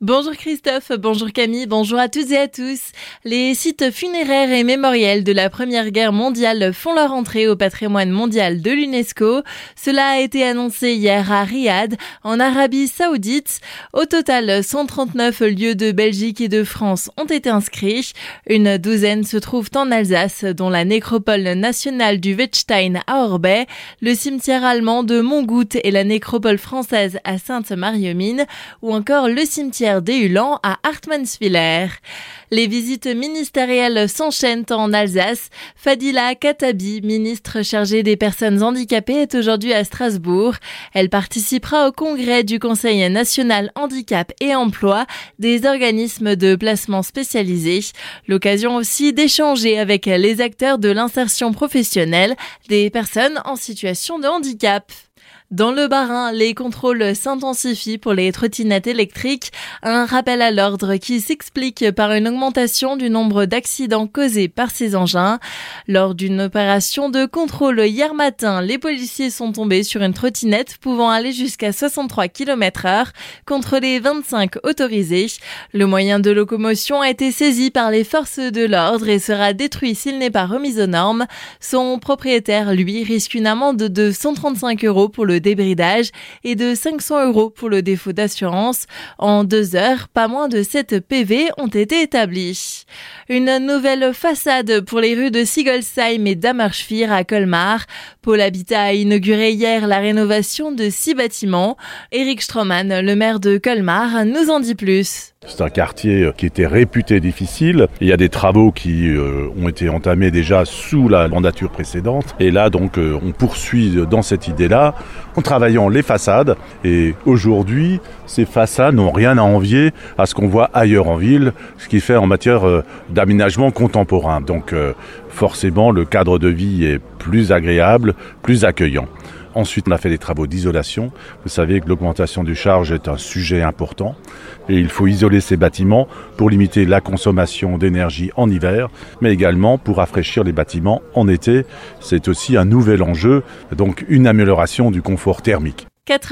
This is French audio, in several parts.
Bonjour Christophe, bonjour Camille, bonjour à toutes et à tous. Les sites funéraires et mémoriels de la Première Guerre mondiale font leur entrée au patrimoine mondial de l'UNESCO. Cela a été annoncé hier à Riyad, en Arabie Saoudite. Au total, 139 lieux de Belgique et de France ont été inscrits. Une douzaine se trouvent en Alsace, dont la nécropole nationale du Wettstein à Orbey, le cimetière allemand de Montgoutte et la nécropole française à Sainte-Marie-aux-Mines, ou encore le cimetière des Hulans à Hartmannswiller. Les visites ministérielles s'enchaînent en Alsace. Fadila Khattabi, ministre chargée des personnes handicapées, est aujourd'hui à Strasbourg. Elle participera au congrès du Conseil national handicap et emploi des organismes de placement spécialisés. L'occasion aussi d'échanger avec les acteurs de l'insertion professionnelle des personnes en situation de handicap. Dans le Bas-Rhin, les contrôles s'intensifient pour les trottinettes électriques, un rappel à l'ordre qui s'explique par une augmentation du nombre d'accidents causés par ces engins. Lors d'une opération de contrôle hier matin, les policiers sont tombés sur une trottinette pouvant aller jusqu'à 63 km/h contre les 25 autorisés. Le moyen de locomotion a été saisi par les forces de l'ordre et sera détruit s'il n'est pas remis aux normes. Son propriétaire, lui, risque une amende de 135 € pour le débridage et de 500 € pour le défaut d'assurance. En 2 heures, pas moins de 7 PV ont été établis. Une nouvelle façade pour les rues de Sigolsheim et d'Hammerschwir à Colmar. Pôle Habitat a inauguré hier la rénovation de 6 bâtiments. Éric Stroman, le maire de Colmar, nous en dit plus. C'est un quartier qui était réputé difficile. Il y a des travaux qui ont été entamés déjà sous la mandature précédente. Et là, donc, on poursuit dans cette idée-là en travaillant les façades. Et aujourd'hui, ces façades n'ont rien à envier à ce qu'on voit ailleurs en ville, ce qui fait en matière d'aménagement contemporain. Donc, forcément, le cadre de vie est plus agréable, plus accueillant. Ensuite, on a fait des travaux d'isolation. Vous savez que l'augmentation du charge est un sujet important et il faut isoler ces bâtiments pour limiter la consommation d'énergie en hiver, mais également pour rafraîchir les bâtiments en été. C'est aussi un nouvel enjeu, donc une amélioration du confort thermique.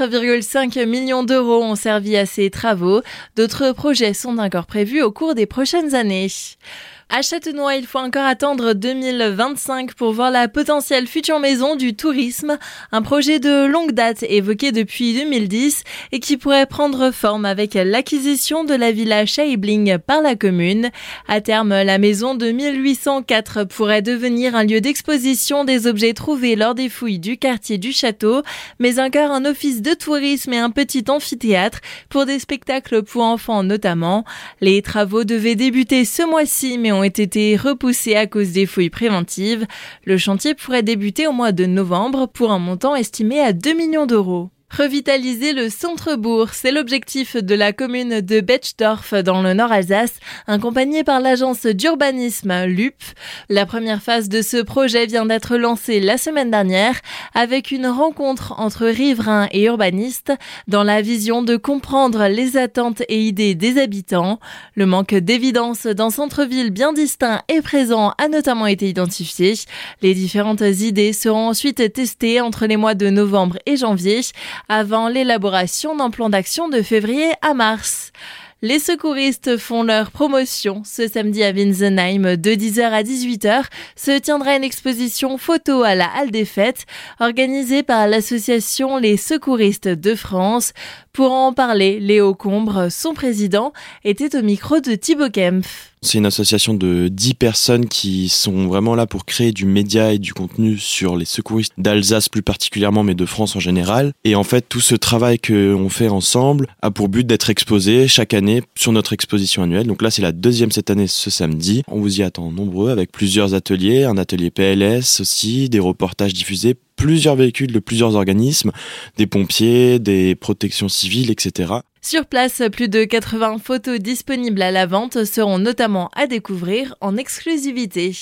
4,5 millions d'euros ont servi à ces travaux. D'autres projets sont encore prévus au cours des prochaines années. À Châtenois, il faut encore attendre 2025 pour voir la potentielle future maison du tourisme, un projet de longue date évoqué depuis 2010 et qui pourrait prendre forme avec l'acquisition de la villa Scheibling par la commune. À terme, la maison de 1804 pourrait devenir un lieu d'exposition des objets trouvés lors des fouilles du quartier du château, mais encore un office de tourisme et un petit amphithéâtre pour des spectacles pour enfants notamment. Les travaux devaient débuter ce mois-ci, mais ont été repoussés à cause des fouilles préventives. Le chantier pourrait débuter au mois de novembre pour un montant estimé à 2 millions d'euros. Revitaliser le centre-bourg, c'est l'objectif de la commune de Betschdorf dans le Nord-Alsace, accompagnée par l'agence d'urbanisme LUP. La première phase de ce projet vient d'être lancée la semaine dernière avec une rencontre entre riverains et urbanistes dans la vision de comprendre les attentes et idées des habitants. Le manque d'évidence d'un centre-ville bien distinct et présent a notamment été identifié. Les différentes idées seront ensuite testées entre les mois de novembre et janvier, avant l'élaboration d'un plan d'action de février à mars. Les secouristes font leur promotion. Ce samedi à Winsenheim, de 10h à 18h, se tiendra une exposition photo à la Halle des Fêtes, organisée par l'association Les Secouristes de France. Pour en parler, Léo Combre, son président, était au micro de Thibaut Kempf. C'est une association de 10 personnes qui sont vraiment là pour créer du média et du contenu sur les secouristes d'Alsace plus particulièrement, mais de France en général. Et en fait, tout ce travail qu'on fait ensemble a pour but d'être exposé chaque année sur notre exposition annuelle. Donc là, c'est la 2e cette année, ce samedi. On vous y attend nombreux avec plusieurs ateliers, un atelier PLS aussi, des reportages diffusés, plusieurs véhicules de plusieurs organismes, des pompiers, des protections civiles, etc. Sur place, plus de 80 photos disponibles à la vente seront notamment à découvrir en exclusivité.